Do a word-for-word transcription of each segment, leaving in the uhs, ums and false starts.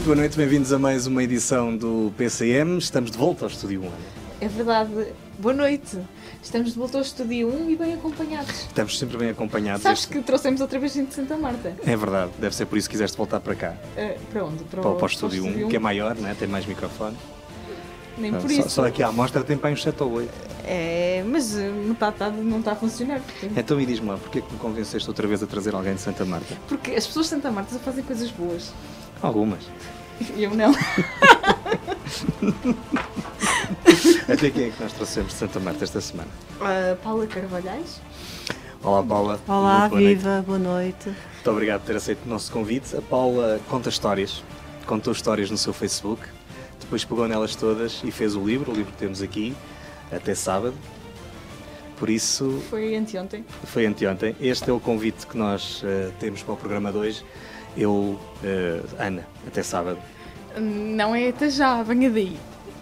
boa noite, bem-vindos a mais uma edição do P C M. Estamos de volta ao Estúdio um. É verdade. Boa noite. Estamos de volta ao Estúdio um e bem acompanhados. Estamos sempre bem acompanhados. Sabes este... que trouxemos outra vez gente de Santa Marta? É verdade, deve ser por isso que quiseste voltar para cá. Uh, para onde? Para, para, o, para o Estúdio um, que é maior, né? Tem mais microfone. Nem não, por só, isso. Só aqui a amostra tem para uns sete ou oito. É, mas metade tá, não está a funcionar. Porque... Então me diz-me lá, porquê que me convenceste outra vez a trazer alguém de Santa Marta? Porque as pessoas de Santa Marta só fazem coisas boas. Algumas. Eu não. Até quem é que nós trouxemos de Santa Marta esta semana? Uh, Paula Carvalhais. Olá, Paula. Olá, boa viva, noite. boa noite. Muito obrigado por ter aceito o nosso convite. A Paula conta histórias, contou histórias no seu Facebook, depois pegou nelas todas e fez o livro, o livro que temos aqui, até sábado. Por isso... Foi anteontem. Foi anteontem. Este é o convite que nós uh, temos para o programa de hoje. Eu, uh, Ana, até sábado. Não é até já, venha daí.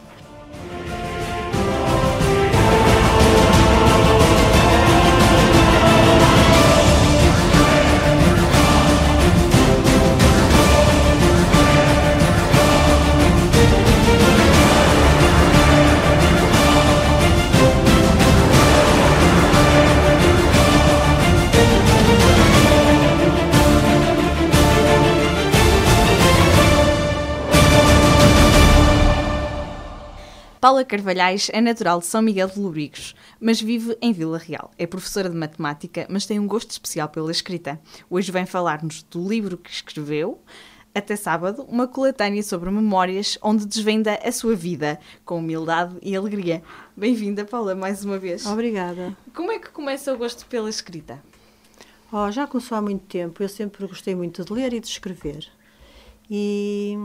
Paula Carvalhais é natural de São Miguel de Lobrigos, mas vive em Vila Real. É professora de matemática, mas tem um gosto especial pela escrita. Hoje vem falar-nos do livro que escreveu, até sábado, uma coletânea sobre memórias, onde desvenda a sua vida, com humildade e alegria. Bem-vinda, Paula, mais uma vez. Obrigada. Como é que começa o gosto pela escrita? Oh, já começou há muito tempo. Eu sempre gostei muito de ler e de escrever. E...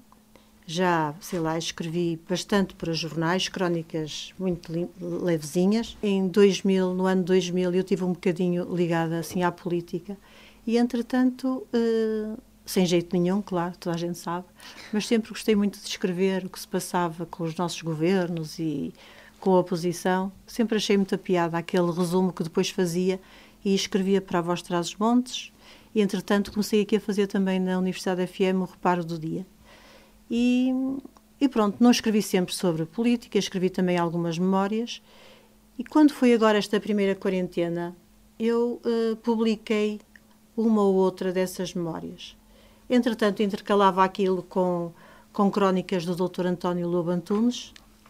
já, sei lá, escrevi bastante para jornais, crónicas muito levezinhas. Em dois mil, no ano dois mil, eu tive um bocadinho ligada assim à política e, entretanto, eh, sem jeito nenhum, claro, toda a gente sabe, mas sempre gostei muito de escrever o que se passava com os nossos governos e com a oposição. Sempre achei muita piada aquele resumo que depois fazia e escrevia para a Voz de Trás-os-Montes e, entretanto, comecei aqui a fazer também na Universidade F M o Reparo do Dia. E, e pronto, não escrevi sempre sobre política, escrevi também algumas memórias. E quando foi agora esta primeira quarentena, eu uh, publiquei uma ou outra dessas memórias. Entretanto, intercalava aquilo com, com crónicas do doutor António Lobo Antunes.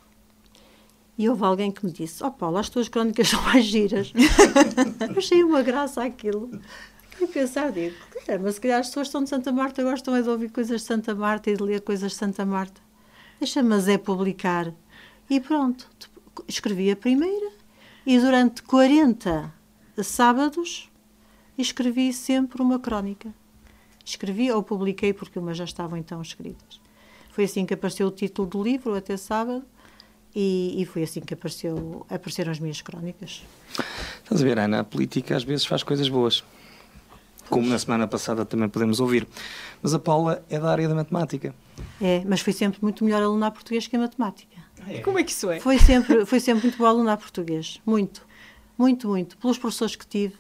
E houve alguém que me disse: ó, oh, Paulo, as tuas crónicas são mais giras. Achei uma graça aquilo. E pensar, digo, é, mas se calhar as pessoas estão de Santa Marta, gostam é de ouvir coisas de Santa Marta e de ler coisas de Santa Marta. Deixa-mas é publicar. E pronto, escrevi a primeira e durante quarenta sábados escrevi sempre uma crónica. Escrevi ou publiquei porque umas já estavam então escritas. Foi assim que apareceu o título do livro, até sábado, e, e foi assim que apareceu, apareceram as minhas crónicas. Estás a ver, Ana, a política às vezes faz coisas boas. Como na semana passada também podemos ouvir. Mas a Paula é da área da matemática. É, mas foi sempre muito melhor aluna a português que a matemática. É. Como é que isso é? Foi sempre, foi sempre muito boa aluna a português. Muito, muito, muito. Pelos professores que tive.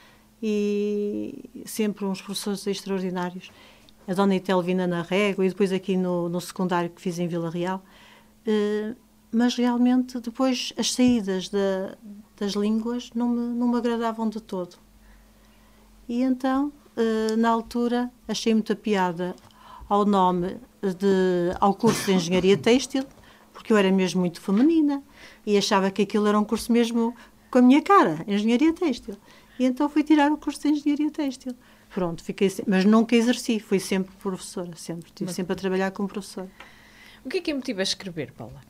E sempre uns professores extraordinários. A dona Itelvina na Régua e depois aqui no, no secundário que fiz em Vila Real. Uh, mas realmente depois as saídas da, das línguas não me, não me agradavam de todo. E então, na altura, achei muita piada ao nome, de, ao curso de Engenharia Têxtil, porque eu era mesmo muito feminina e achava que aquilo era um curso mesmo com a minha cara, Engenharia Têxtil. E então fui tirar o curso de Engenharia Têxtil. Pronto, fiquei, mas nunca exerci, fui sempre professora, sempre. Estive mas... sempre a trabalhar como professora. O que é que a motiva a escrever, Paula?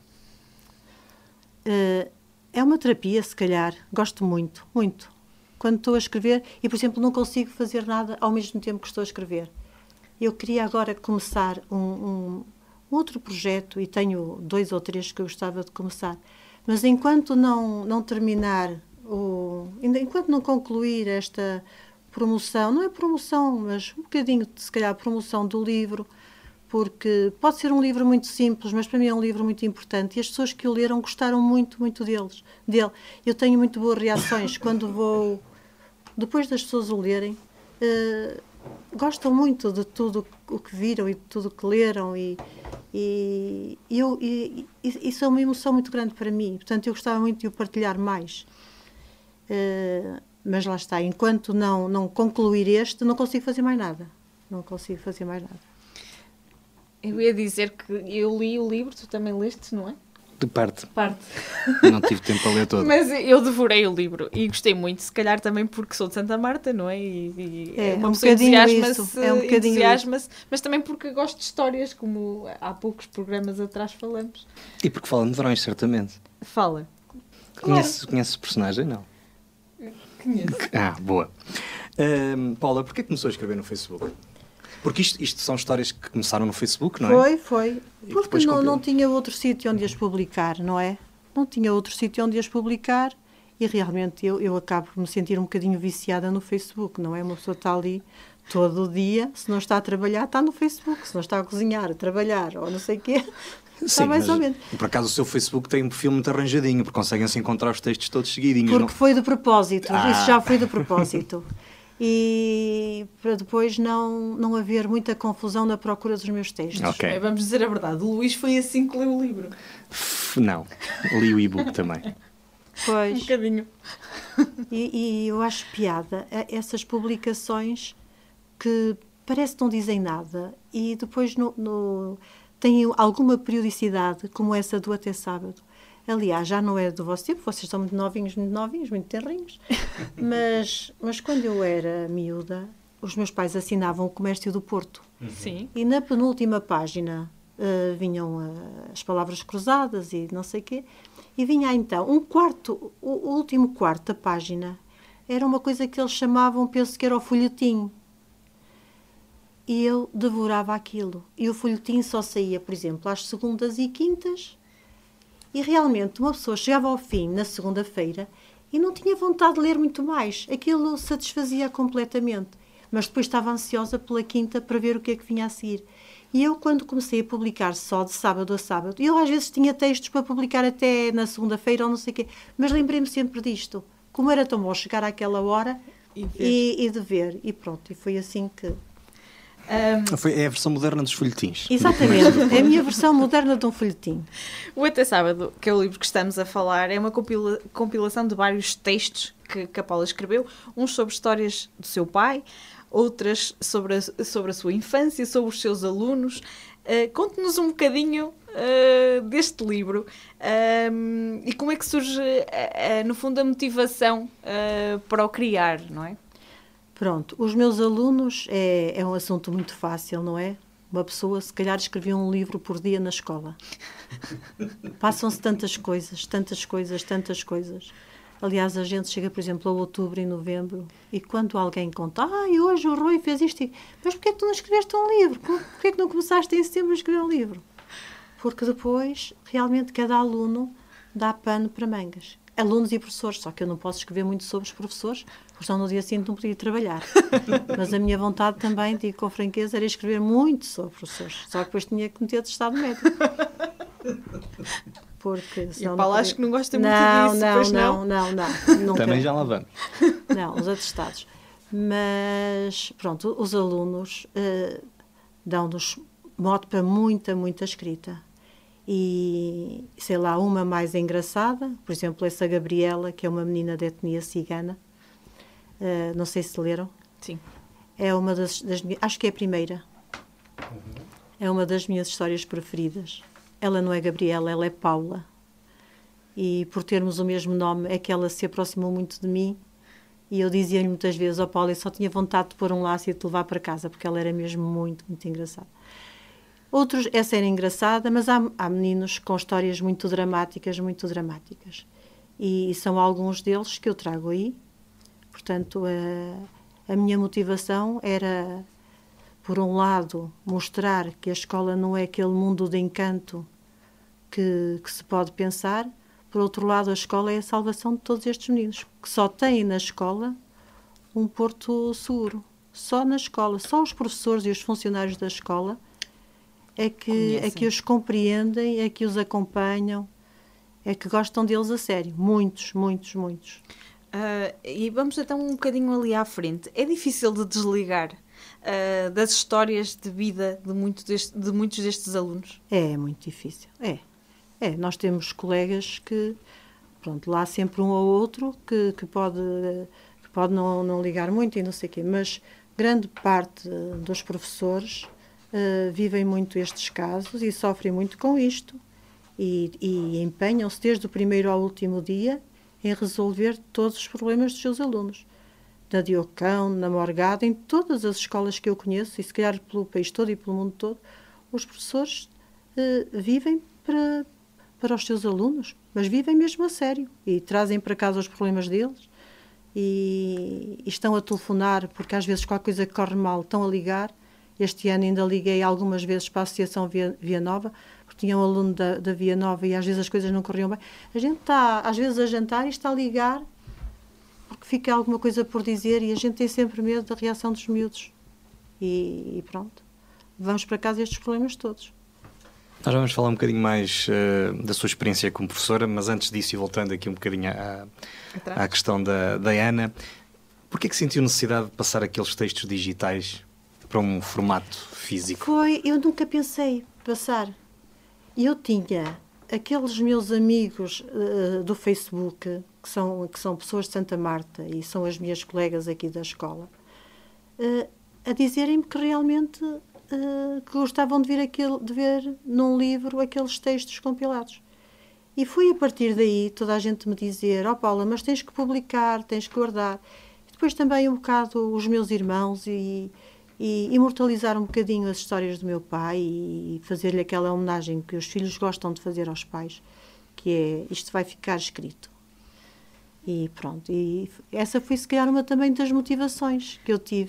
Uh, é uma terapia, se calhar. Gosto muito, muito. Quando estou a escrever e, por exemplo, não consigo fazer nada ao mesmo tempo que estou a escrever. Eu queria agora começar um, um, um outro projeto e tenho dois ou três que eu gostava de começar. Mas enquanto não, não terminar, o, enquanto não concluir esta promoção, não é promoção, mas um bocadinho, se calhar, promoção do livro, porque pode ser um livro muito simples, mas para mim é um livro muito importante e as pessoas que o leram gostaram muito, muito deles, dele. Eu tenho muito boas reações quando vou, depois das pessoas o lerem, uh, gostam muito de tudo o que viram e de tudo o que leram e, e, eu, e, e isso é uma emoção muito grande para mim. Portanto, eu gostava muito de o partilhar mais. Uh, mas lá está, enquanto não, não concluir este, não consigo fazer mais nada. Não consigo fazer mais nada. Eu ia dizer que eu li o livro, tu também leste, não é? De parte. Parte. Não tive tempo para ler todo. Mas eu devorei o livro e gostei muito, se calhar também porque sou de Santa Marta, não é? E, e é, uma um pessoa entusiasma-se, é um entusiasma-se, mas também porque gosto de histórias, como há poucos programas atrás falamos. E porque falam de verões, certamente. Fala. Conheces, Claro. conheces o personagem? Não. Conheço. Ah, boa. Um, Paula, porquê começou a escrever no Facebook? Porque isto, isto são histórias que começaram no Facebook, não é? Foi, foi. E Porque depois não, compilou. não tinha outro sítio onde as publicar, não é? Não tinha outro sítio onde as publicar e realmente eu, eu acabo por me sentir um bocadinho viciada no Facebook, não é? Uma pessoa está ali todo o dia, se não está a trabalhar, está no Facebook, se não está a cozinhar, a trabalhar ou não sei o quê, está Sim, mais mas, ou menos. por acaso o seu Facebook tem um perfil muito arranjadinho, porque conseguem-se encontrar os textos todos seguidinhos. Porque não? foi de propósito, Ah. isso já foi de propósito. E para depois não, não haver muita confusão na procura dos meus textos. Ok. É, vamos dizer a verdade, o Luís foi assim que leu o livro. F- Não, li o e-book também. Um Pois. bocadinho. E, e eu acho piada a essas publicações que parece que não dizem nada e depois no, no, têm alguma periodicidade, como essa do Até Sábado. Aliás, já não é do vosso tempo, vocês estão muito novinhos, muito novinhos, muito tenrinhos, mas, mas quando eu era miúda, os meus pais assinavam o Comércio do Porto. Sim. E na penúltima página uh, vinham uh, as palavras cruzadas e não sei o quê. E vinha então um quarto, o, o último quarto da página, era uma coisa que eles chamavam, penso que era o folhetim. E eu devorava aquilo. E o folhetim só saía, por exemplo, às segundas e quintas. E realmente uma pessoa chegava ao fim, na segunda-feira, e não tinha vontade de ler muito mais. Aquilo satisfazia completamente. Mas depois estava ansiosa pela quinta para ver o que é que vinha a seguir. E eu, quando comecei a publicar só de sábado a sábado, eu às vezes tinha textos para publicar até na segunda-feira ou não sei o quê, mas lembrei-me sempre disto. Como era tão bom chegar àquela hora E ver. e, e de ver. E pronto, e foi assim que... Um, Foi, é a versão moderna dos folhetins. Exatamente, é a minha versão moderna de um folhetim. o Até Sábado, que é o livro que estamos a falar, é uma compila- compilação de vários textos que, que a Paula escreveu, uns sobre histórias do seu pai, outras sobre a, sobre a sua infância, sobre os seus alunos. Uh, conte-nos um bocadinho uh, deste livro um, e como é que surge, uh, uh, no fundo, a motivação uh, para o criar, não é? Pronto, os meus alunos é, é um assunto muito fácil, não é? Uma pessoa, se calhar, escrevia um livro por dia na escola. Passam-se tantas coisas, tantas coisas, tantas coisas. Aliás, a gente chega, por exemplo, a outubro e novembro e quando alguém conta, ah, e hoje o Rui fez isto, e... mas porquê é que tu não escreveste um livro? Porquê é que não começaste em setembro a escrever um livro? Porque depois, realmente, cada aluno dá pano para mangas. Alunos e professores, só que eu não posso escrever muito sobre os professores, porque senão no dia seguinte não podia trabalhar. Mas a minha vontade também, digo com franqueza, era escrever muito sobre professores, só que depois tinha que meter de estado médio. Porque, E a Paula acho que não gosta muito não, disso, não, pois não, não? não, não, nunca. Também já lá vamos. Não, os atestados. Mas, pronto, os alunos uh, dão-nos mote para muita, muita escrita. E, sei lá, uma mais engraçada, por exemplo, essa Gabriela, que é uma menina de etnia cigana, uh, não sei se leram. Sim. É uma das, das minhas, acho que é a primeira. Uhum. É uma das minhas histórias preferidas. Ela não é Gabriela, ela é Paula. E por termos o mesmo nome, é que ela se aproximou muito de mim. E eu dizia-lhe muitas vezes, ó oh, Paula, eu só tinha vontade de pôr um laço e de te levar para casa, porque ela era mesmo muito, muito engraçada. Outros, essa era engraçada, mas há, há meninos com histórias muito dramáticas, muito dramáticas. E, e são alguns deles que eu trago aí. Portanto, a, a minha motivação era, por um lado, mostrar que a escola não é aquele mundo de encanto que, que se pode pensar. Por outro lado, a escola é a salvação de todos estes meninos, que só têm na escola um porto seguro. Só na escola, só os professores e os funcionários da escola é que, é que os compreendem, é que os acompanham, é que gostam deles a sério. Muitos, muitos, muitos. Uh, e vamos então um bocadinho ali à frente. É difícil de desligar uh, das histórias de vida de, muito deste, de muitos destes alunos? É, é muito difícil, é. É, nós temos colegas que, pronto, lá sempre um ou outro que, que pode, que pode não, não ligar muito e não sei o quê, mas grande parte dos professores uh, vivem muito estes casos e sofrem muito com isto e, e empenham-se desde o primeiro ao último dia em resolver todos os problemas dos seus alunos. Na Diocão, na Morgada, em todas as escolas que eu conheço, e se calhar pelo país todo e pelo mundo todo, os professores uh, vivem para, para os seus alunos, mas vivem mesmo a sério e trazem para casa os problemas deles e, e estão a telefonar, porque às vezes qualquer coisa que corre mal estão a ligar. Este ano ainda liguei algumas vezes para a Associação Via, Via Nova, porque tinha um aluno da, da Via Nova e às vezes as coisas não corriam bem. A gente está, às vezes, a jantar e está a ligar porque fica alguma coisa por dizer e a gente tem sempre medo da reação dos miúdos. E, e pronto, vamos para casa estes problemas todos. Nós vamos falar um bocadinho mais uh, da sua experiência como professora, mas antes disso, e voltando aqui um bocadinho à, à questão da, da Ana, porquê é que sentiu necessidade de passar aqueles textos digitais para um formato físico? Foi, eu nunca pensei passar. Eu tinha aqueles meus amigos uh, do Facebook, que são, que são pessoas de Santa Marta e são as minhas colegas aqui da escola, uh, a dizerem-me que realmente uh, que gostavam de ver, aquele, de ver num livro aqueles textos compilados. E foi a partir daí toda a gente me dizer: ó, Paula, mas tens que publicar, tens que guardar. E depois também um bocado os meus irmãos e, e imortalizar um bocadinho as histórias do meu pai e fazer-lhe aquela homenagem que os filhos gostam de fazer aos pais, que é: isto vai ficar escrito. E pronto, e essa foi se calhar uma também das motivações que eu tive.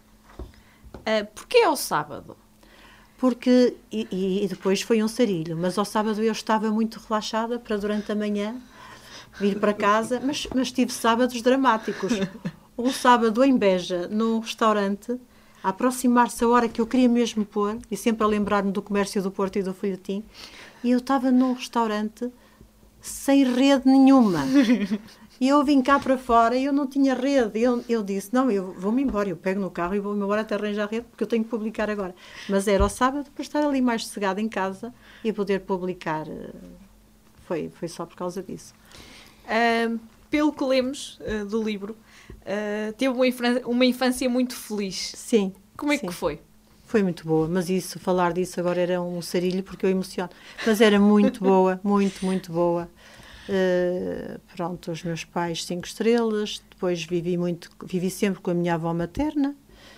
Uh, porquê ao sábado? Porque, e, e depois foi um sarilho, mas ao sábado eu estava muito relaxada para durante a manhã vir para casa, mas, mas tive sábados dramáticos. Um sábado em Beja, num restaurante, a aproximar-se a hora que eu queria mesmo pôr, e sempre a lembrar-me do Comércio do Porto e do Folhetim, e eu estava num restaurante sem rede nenhuma. E eu vim cá para fora e eu não tinha rede. Eu, eu disse: não, eu vou-me embora, eu pego no carro e vou-me embora até arranjar rede, porque eu tenho que publicar agora. Mas era ao sábado para estar ali mais sossegada em casa e poder publicar. Foi, foi só por causa disso. Uh, pelo que lemos uh, do livro, uh, teve uma infância, uma infância muito feliz. Sim. Como é sim. que foi? Foi muito boa, mas isso, falar disso agora era um sarilho porque eu emociono. Mas era muito boa, muito, muito boa. Uh, pronto, os meus pais cinco estrelas, depois vivi muito, vivi sempre com a minha avó materna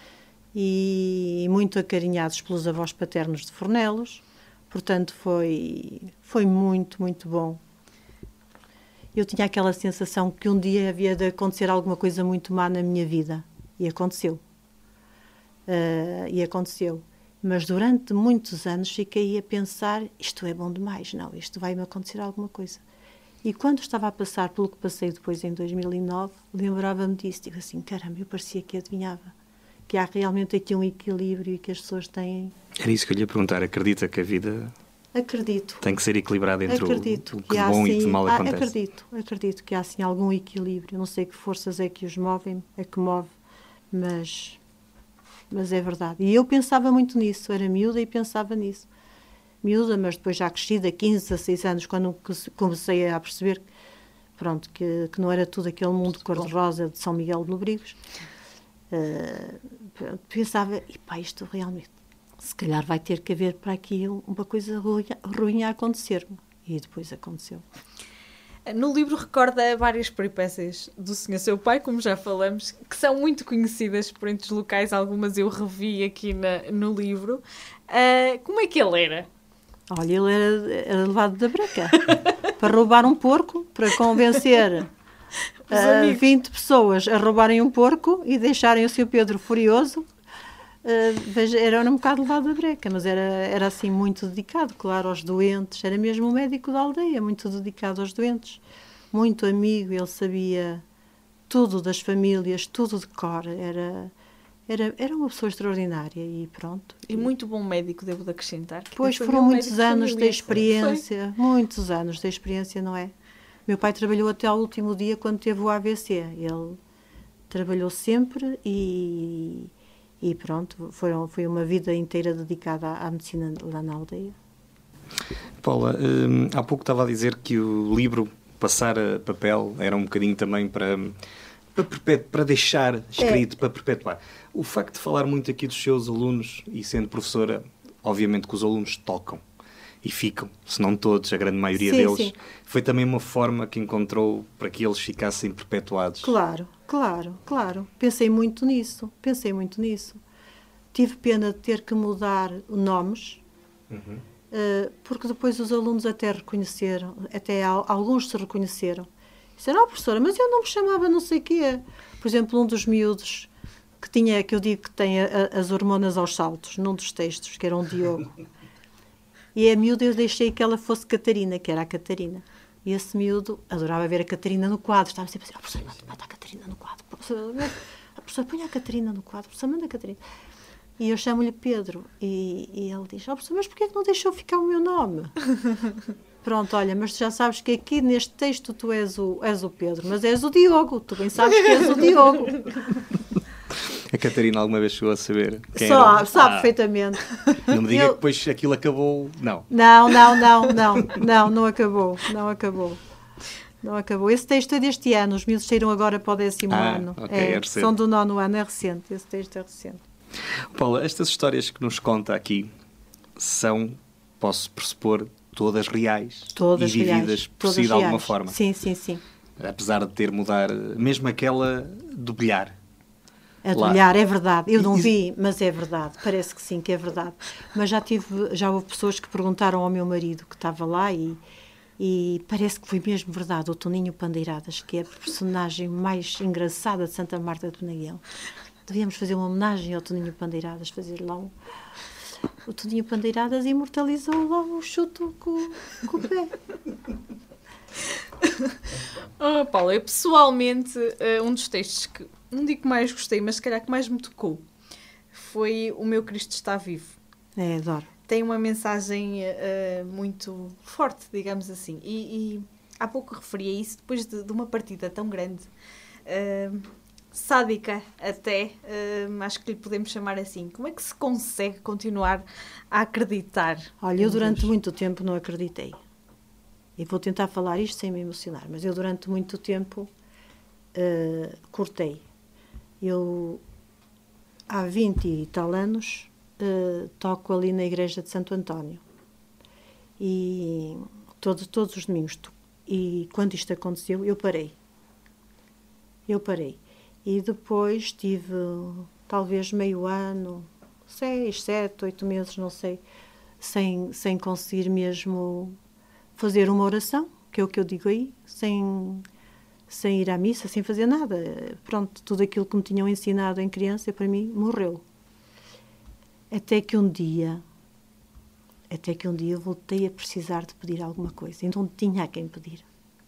e muito acarinhados pelos avós paternos de Fornelos, portanto foi, foi muito, muito bom. Eu tinha aquela sensação que um dia havia de acontecer alguma coisa muito má na minha vida, e aconteceu. Uh, e aconteceu. Mas durante muitos anos fiquei a pensar: isto é bom demais, não, isto vai-me acontecer alguma coisa. E quando estava a passar pelo que passei depois em dois mil e nove, lembrava-me disso. Digo assim: caramba, eu parecia que adivinhava. Que há realmente aqui um equilíbrio e que as pessoas têm... Era isso que eu lhe ia perguntar. Acredita que a vida... Acredito. Tem que ser equilibrada entre acredito o, o que, que de bom assim, e de mal acontece? Acredito. Acredito que há assim algum equilíbrio. Não sei que forças é que os movem, é que move, mas, mas é verdade. E eu pensava muito nisso. Era miúda e pensava nisso. Miúda, mas depois já crescida, quinze, dezasseis anos, quando comecei a perceber pronto, que, que não era tudo aquele mundo cor-de-rosa de São Miguel de Lobrigos, uh, pensava: e pá, isto realmente, se calhar vai ter que haver para aqui uma coisa ruim, ruim a acontecer-me. E depois aconteceu. No livro recorda várias peripécias do senhor seu pai, como já falamos, que são muito conhecidas por entre os locais. Algumas eu revi aqui na, no livro. Uh, como é que ele era? Olha, ele era, era levado da breca para roubar um porco, para convencer uh, vinte pessoas a roubarem um porco e deixarem o seu Pedro furioso. Uh, era um bocado levado da breca, mas era, era assim muito dedicado, claro, aos doentes. Era mesmo um médico da aldeia, muito dedicado aos doentes. Muito amigo, ele sabia tudo das famílias, tudo de cor. Era... Era, era uma pessoa extraordinária e pronto. E muito bom médico, devo de acrescentar. Pois foram muitos anos de experiência, foi. muitos anos de experiência, não é? Meu pai trabalhou até ao último dia quando teve o A V C. Ele trabalhou sempre e, E pronto, foram, foi uma vida inteira dedicada à, à medicina lá na aldeia. Paula, hum, há pouco estava a dizer que o livro passar a papel era um bocadinho também para, para, perpetu- para deixar escrito, é. para perpetuar. O facto de falar muito aqui dos seus alunos, e sendo professora, obviamente que os alunos tocam e ficam, se não todos, a grande maioria sim, deles, sim. foi também uma forma que encontrou para que eles ficassem perpetuados. Claro, claro, claro. Pensei muito nisso, pensei muito nisso. Tive pena de ter que mudar nomes, uhum. uh, porque depois os alunos até reconheceram, até alguns se reconheceram. Disseram, oh, professora, mas eu não me chamava não sei o quê. Por exemplo, um dos miúdos que tinha, que eu digo que tem a, a, as hormonas aos saltos, num dos textos, que era um Diogo. E a miúda eu deixei que ela fosse Catarina, que era a Catarina. E esse miúdo adorava ver a Catarina no quadro. Estava sempre a dizer, oh, professora, manda a Catarina no quadro. Professora, professora, põe a Catarina no quadro. Professora, manda a Catarina. E eu chamo-lhe Pedro. E, e ele diz, oh, professora, mas porquê que não deixou ficar o meu nome? Pronto, olha, mas tu já sabes que aqui neste texto tu és o, és o Pedro, mas és o Diogo. Tu bem sabes que és o Diogo. A Catarina alguma vez chegou a saber quem Só, era? sabe Ah, perfeitamente. Não me diga eu... que depois aquilo acabou... Não. Não, não, não, não, não, não acabou, não acabou. Não acabou. Esse texto é deste ano, os miúdos saíram agora para o décimo ah, ano. Okay, é, é são do nono ano, é recente, esse texto é recente. Paula, estas histórias que nos conta aqui são, posso pressupor, todas reais todas e vividas reais, por todas si de reais. alguma forma. Sim, sim, sim. Apesar de ter mudar, mesmo aquela do bilhar. A do bilhar, é verdade. Eu não vi, mas é verdade. Parece que sim, que é verdade. Mas já tive, já houve pessoas que perguntaram ao meu marido que estava lá e, e parece que foi mesmo verdade. O Toninho Pandeiradas, que é a personagem mais engraçada de Santa Marta de Penaguel. Devíamos fazer uma homenagem ao Toninho Pandeiradas, fazer lá um... O Toninho Pandeiradas imortalizou lá o chuto com, com o pé. Oh, Paula, eu pessoalmente, uh, um dos textos que, não digo que mais gostei, mas se calhar que mais me tocou, foi O Meu Cristo Está Vivo. É, adoro. Tem uma mensagem uh, muito forte, digamos assim. E, e há pouco referi a isso, depois de, de uma partida tão grande, uh, sádica até, uh, acho que lhe podemos chamar assim. Como é que se consegue continuar a acreditar? Olha, eu durante Deus? muito tempo não acreditei. E vou tentar falar isto sem me emocionar, mas eu durante muito tempo uh, cortei. Eu, há vinte e tal anos, uh, toco ali na igreja de Santo António. E todos, todos os domingos. E quando isto aconteceu, eu parei. Eu parei. E depois tive, talvez, meio ano, seis, sete, oito meses, não sei, sem, sem conseguir mesmo fazer uma oração, que é o que eu digo aí, sem, sem ir à missa, sem fazer nada. Pronto, tudo aquilo que me tinham ensinado em criança, para mim, morreu. Até que um dia, até que um dia eu voltei a precisar de pedir alguma coisa. Então tinha a quem pedir.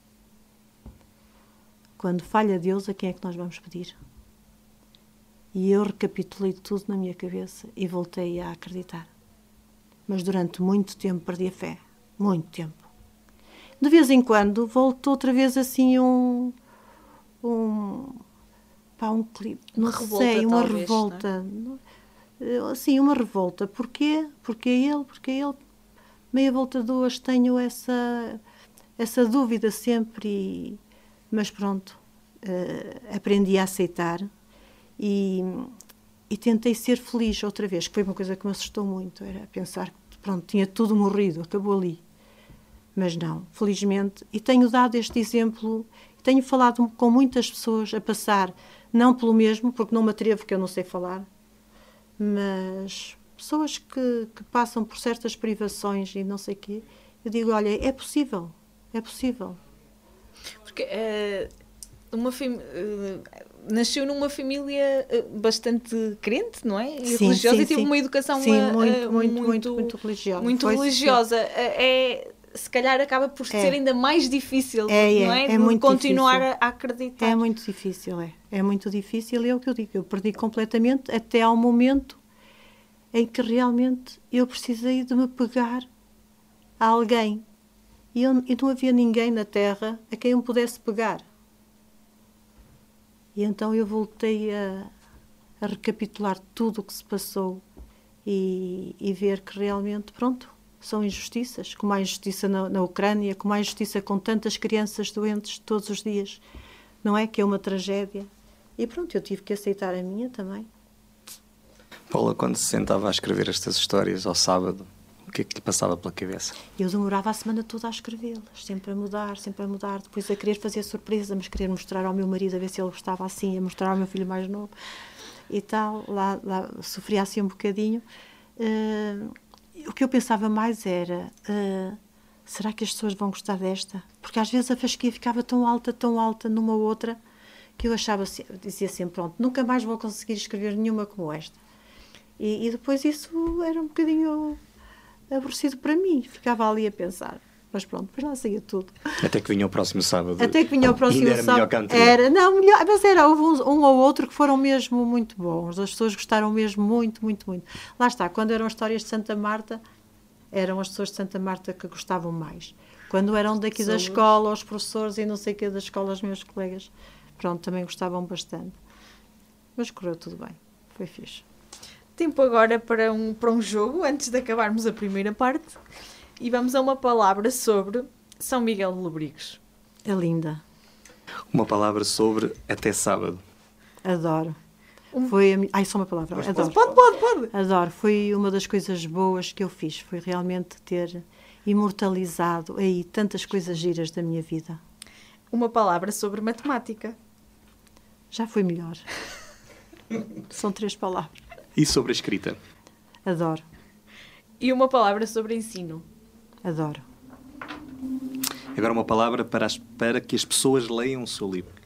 Quando falha Deus, a quem é que nós vamos pedir? E eu recapitulei tudo na minha cabeça e voltei a acreditar. Mas durante muito tempo perdi a fé. Muito tempo. De vez em quando voltou outra vez assim um... um pá, um clipe. Não uma revolta, sei, uma talvez, revolta. Não é? Assim, uma revolta. Porquê? Porque ele, porque ele. Meia volta duas tenho essa, essa dúvida sempre e... Mas pronto, uh, aprendi a aceitar e, e tentei ser feliz outra vez, que foi uma coisa que me assustou muito, era pensar que pronto, tinha tudo morrido, acabou ali. Mas não, felizmente, e tenho dado este exemplo, tenho falado com muitas pessoas a passar, não pelo mesmo, porque não me atrevo, porque eu não sei falar, mas pessoas que, que passam por certas privações e não sei o quê, eu digo, olha, é possível, é possível. Porque uh, uma fam... uh, nasceu numa família uh, bastante crente, não é? E sim, religiosa sim, e teve sim. uma educação sim, uh, muito, uh, muito, muito, muito, muito religiosa. Muito Foi, religiosa. Uh, é, se calhar acaba por é. ser ainda mais difícil, é, é, não é? é De muito continuar difícil. a acreditar. É muito difícil, é. É muito difícil e é o que eu digo. Eu perdi completamente até ao momento em que realmente eu precisei de me pegar a alguém. E, eu, e não havia ninguém na Terra a quem eu me pudesse pegar. E então eu voltei a, a recapitular tudo o que se passou e, e ver que realmente, pronto, são injustiças, como há injustiça na, na Ucrânia, como há injustiça com tantas crianças doentes todos os dias, não é? Que é uma tragédia. E pronto, eu tive que aceitar a minha também. Paula, quando se sentava a escrever estas histórias ao sábado, o que é que lhe passava pela cabeça? Eu demorava a semana toda a escrevê-las, sempre a mudar, sempre a mudar, depois a querer fazer surpresa, mas querer mostrar ao meu marido, a ver se ele gostava assim, a mostrar ao meu filho mais novo e tal. Lá, lá sofria assim um bocadinho. Uh, o que eu pensava mais era, uh, será que as pessoas vão gostar desta? Porque às vezes a fasquia ficava tão alta, tão alta numa outra, que eu achava, dizia sempre, pronto, nunca mais vou conseguir escrever nenhuma como esta. E, e depois isso era um bocadinho aborrecido para mim, ficava ali a pensar. Mas pronto, depois lá saía tudo. Até que vinha o próximo sábado. Até que vinha o próximo era sábado. Melhor que a anterior. Era, não, melhor, mas era, houve um, um ou outro que foram mesmo muito bons. As pessoas gostaram mesmo muito, muito, muito. Lá está, quando eram histórias de Santa Marta, eram as pessoas de Santa Marta que gostavam mais. Quando eram daqui da escola, os professores e não sei o que da escola, os meus colegas, pronto, também gostavam bastante. Mas correu tudo bem, foi fixe. Tempo agora para um, para um jogo, antes de acabarmos a primeira parte. E vamos a uma palavra sobre São Miguel de Lobrigos. É linda. Uma palavra sobre até sábado. Adoro. Um... Foi a mi... Ai, só uma palavra. Mas Adoro. Pode, pode, pode. Adoro. Foi uma das coisas boas que eu fiz. Foi realmente ter imortalizado aí tantas coisas giras da minha vida. Uma palavra sobre matemática. Já foi melhor. São três palavras. E sobre a escrita? Adoro. E uma palavra sobre ensino? Adoro. Agora uma palavra para, as, para que as pessoas leiam o seu livro.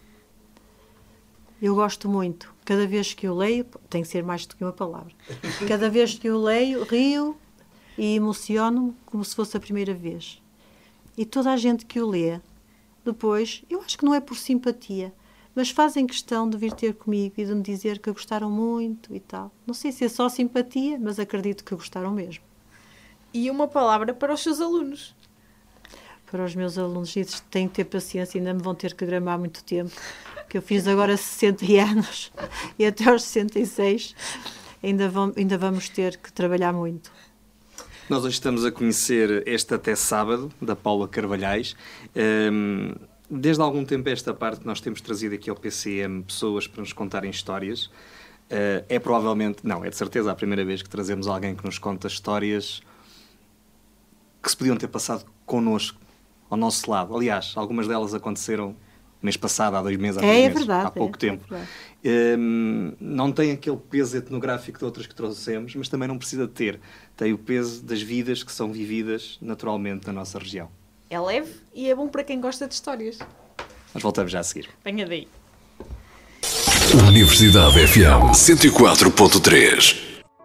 Eu gosto muito. Cada vez que eu leio, tem que ser mais do que uma palavra. Cada vez que eu leio, rio e emociono-me como se fosse a primeira vez. E toda a gente que o lê, depois, eu acho que não é por simpatia, mas fazem questão de vir ter comigo e de me dizer que gostaram muito e tal. Não sei se é só simpatia, mas acredito que gostaram mesmo. E uma palavra para os seus alunos? Para os meus alunos, têm que ter paciência, ainda me vão ter que gramar muito tempo, que eu fiz agora sessenta anos e até aos sessenta e seis ainda, vão, ainda vamos ter que trabalhar muito. Nós hoje estamos a conhecer este Até Sábado, da Paula Carvalhais. Um, desde há algum tempo a esta parte nós temos trazido aqui ao P C M pessoas para nos contarem histórias. Uh, é provavelmente, não, é de certeza a primeira vez que trazemos alguém que nos conta histórias que se podiam ter passado connosco, ao nosso lado. Aliás, algumas delas aconteceram mês passado, há dois meses, há três é, é meses, verdade, há pouco é, tempo. É um, não tem aquele peso etnográfico de outras que trouxemos, mas também não precisa de ter. Tem o peso das vidas que são vividas naturalmente na nossa região. É leve e é bom para quem gosta de histórias. Nós voltamos já a seguir. Venha daí. Universidade F M cento e quatro ponto três.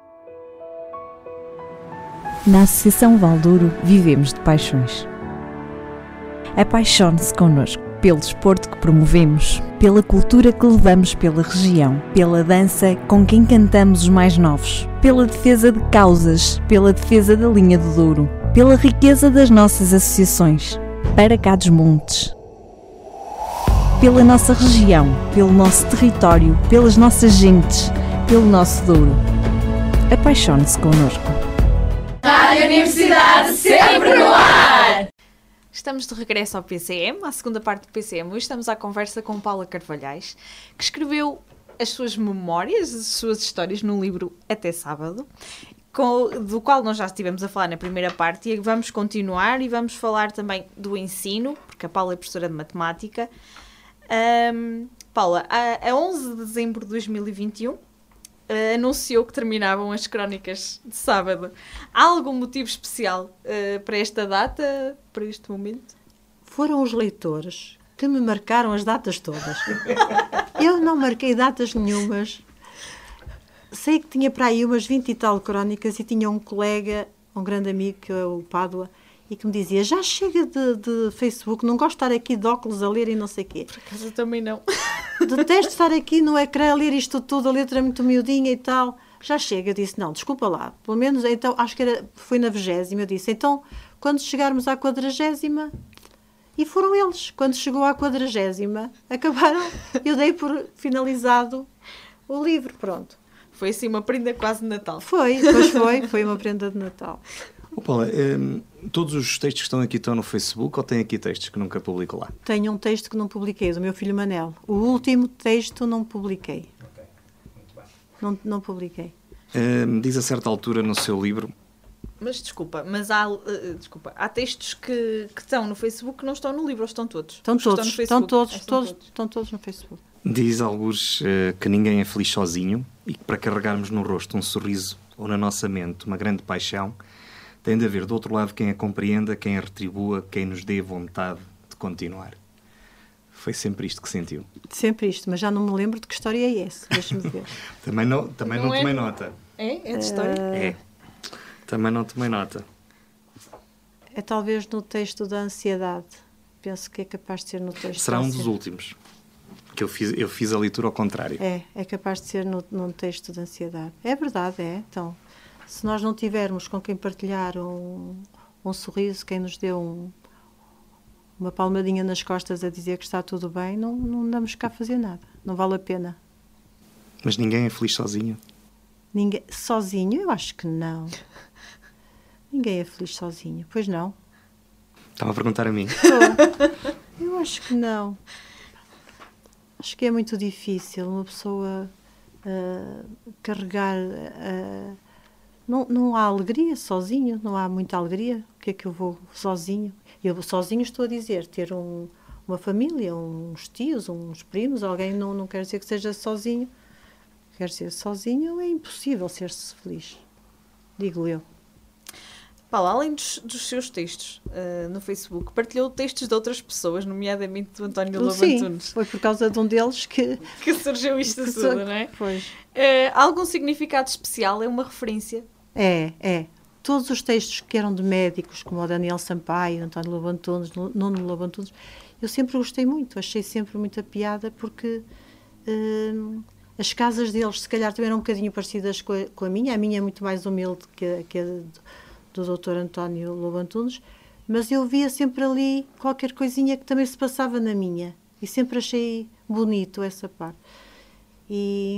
Na Associação Valdouro vivemos de paixões. Apaixone-se connosco pelo desporto que promovemos, pela cultura que levamos pela região, pela dança com quem cantamos os mais novos, pela defesa de causas, pela defesa da linha do Douro, pela riqueza das nossas associações, para cá dos montes. Pela nossa região, pelo nosso território, pelas nossas gentes, pelo nosso Douro. Apaixone-se connosco. Rádio Universidade sempre no ar! Estamos de regresso ao P C M, à segunda parte do P C M. Hoje estamos à conversa com Paula Carvalhais, que escreveu as suas memórias, as suas histórias num livro Até Sábado, com, do qual nós já estivemos a falar na primeira parte e vamos continuar e vamos falar também do ensino, porque a Paula é professora de matemática. Um, Paula, a, a onze de dezembro de dois mil e vinte e um, Uh, anunciou que terminavam as crónicas de sábado. Há algum motivo especial uh, para esta data, para este momento? Foram os leitores que me marcaram as datas todas. Eu não marquei datas nenhumas. Sei que tinha para aí umas vinte e tal crónicas e tinha um colega, um grande amigo, que é o Pádua, e que me dizia, já chega de, de Facebook, não gosto de estar aqui de óculos a ler e não sei o quê. Por acaso eu também não. Detesto estar aqui no ecrã a ler isto tudo, a letra muito miudinha e tal. Já chega. Eu disse, não, desculpa lá. Pelo menos, então, acho que era, foi na vigésima. Eu disse, então, quando chegarmos à quadragésima... E foram eles. Quando chegou à quadragésima, acabaram. Eu dei por finalizado o livro, pronto. Foi assim uma prenda quase de Natal. Foi, depois foi, foi uma prenda de Natal. Oh, Paula, hum, todos os textos que estão aqui estão no Facebook ou tem aqui textos que nunca publico lá? Tenho um texto que não publiquei, do meu filho Manel. O último texto não publiquei. Ok, muito bem. Não, não publiquei. Hum, diz a certa altura no seu livro... Mas desculpa, mas há, uh, desculpa, há textos que, que estão no Facebook que não estão no livro, ou estão todos? Estão Os que todos, no estão Facebook? todos, Ah, estão todos, estão todos no Facebook. Diz alguns uh, que ninguém é feliz sozinho e que para carregarmos no rosto um sorriso ou na nossa mente uma grande paixão, tem de haver do outro lado quem a compreenda, quem a retribua, quem nos dê vontade de continuar. Foi sempre isto que sentiu. Sempre isto, mas já não me lembro de que história é essa. Deixa-me ver. Também não, também não, Não é- tomei nota. É? É de história? É. Também não tomei nota. É talvez no texto da ansiedade. Penso que é capaz de ser no texto Será da um dos ansiedade. últimos. Que eu fiz, eu fiz a leitura ao contrário. É, é capaz de ser no, num texto de ansiedade. É verdade, é. Então, se nós não tivermos com quem partilhar um, um sorriso, quem nos deu um, uma palmadinha nas costas a dizer que está tudo bem, não, não andamos cá a fazer nada. Não vale a pena. Mas ninguém é feliz sozinho. Ninguém, sozinho? Eu acho que não. Ninguém é feliz sozinho. Pois não? Estava a perguntar a mim. Tô. Eu acho que não. Acho que é muito difícil uma pessoa uh, carregar... Uh, não, não há alegria sozinho, não há muita alegria. O que é que eu vou sozinho? Eu sozinho estou a dizer, ter um, uma família, uns tios, uns primos, alguém não, não quer dizer que seja sozinho. Quer dizer, sozinho é impossível ser-se feliz, digo eu. Paulo, além dos, dos seus textos uh, no Facebook, partilhou textos de outras pessoas, nomeadamente do António Lobo Sim, Antunes, foi por causa de um deles que... que surgiu isto que tudo, sou- não é? Pois. Uh, algum significado especial? É uma referência? É, é. Todos os textos que eram de médicos, como o Daniel Sampaio, António Lobo Antunes, Nuno Lobo Antunes, eu sempre gostei muito, achei sempre muita piada, porque hum, as casas deles, se calhar, também eram um bocadinho parecidas com a, com a minha. A minha é muito mais humilde que a, que a do, do doutor António Lobo Antunes, mas eu via sempre ali qualquer coisinha que também se passava na minha, e sempre achei bonito essa parte. E...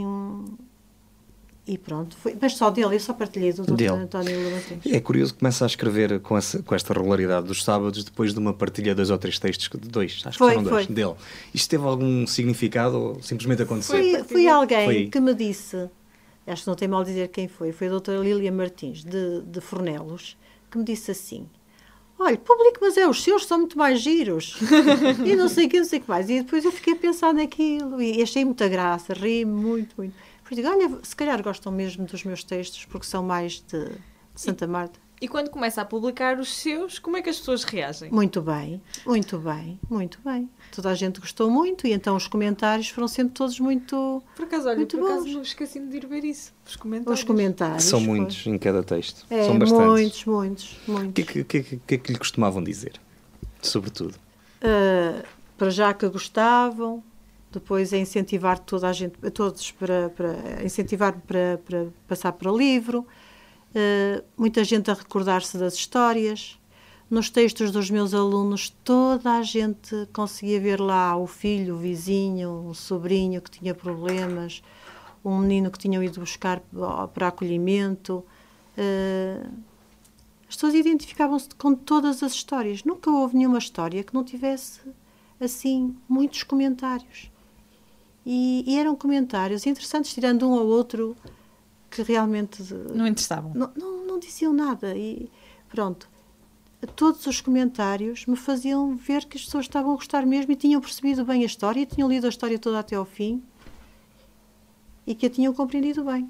E pronto, foi, mas só dele, eu só partilhei do doutor Dele. António Lobo Antunes. É curioso que começa a escrever com, essa, com esta regularidade dos sábados, depois de uma partilha de dois ou três textos, de dois, acho Foi, que foram dois, foi. dele. Isto teve algum significado ou simplesmente aconteceu? Foi, foi alguém Foi. que me disse, acho que não tem mal dizer quem foi, foi a doutora Lília Martins, de, de Fornelos, que me disse assim: olha, publico, mas é os seus, são muito mais giros. E não sei o que, não sei o que mais. E depois eu fiquei a pensar naquilo e achei muita graça, ri muito, muito. Depois digo, olha, se calhar gostam mesmo dos meus textos, porque são mais de, de Santa Marta. E quando começa a publicar os seus, como é que as pessoas reagem? Muito bem, muito bem, muito bem. Toda a gente gostou muito e então os comentários foram sempre todos muito... Por acaso, olha, Muito por acaso bons. não esqueci-me de ir ver isso. Os comentários. Os comentários. São foi. muitos em cada texto. É, São bastantes. muitos, muitos, O muitos. que, é que, que, que, que é que lhe costumavam dizer? Sobretudo. Uh, para já que gostavam, depois a incentivar toda a gente, a todos para, para incentivar para, para passar para o livro, uh, muita gente a recordar-se das histórias. Nos textos dos meus alunos, toda a gente conseguia ver lá o filho, o vizinho, um sobrinho que tinha problemas, um menino que tinham ido buscar para acolhimento. Uh, as pessoas identificavam-se com todas as histórias. Nunca houve nenhuma história que não tivesse, assim, muitos comentários. E, e eram comentários interessantes, tirando um ou outro que realmente... Não interessavam. Não, não, não diziam nada. E pronto. Todos os comentários me faziam ver que as pessoas estavam a gostar mesmo e tinham percebido bem a história, tinham lido a história toda até ao fim e que a tinham compreendido bem.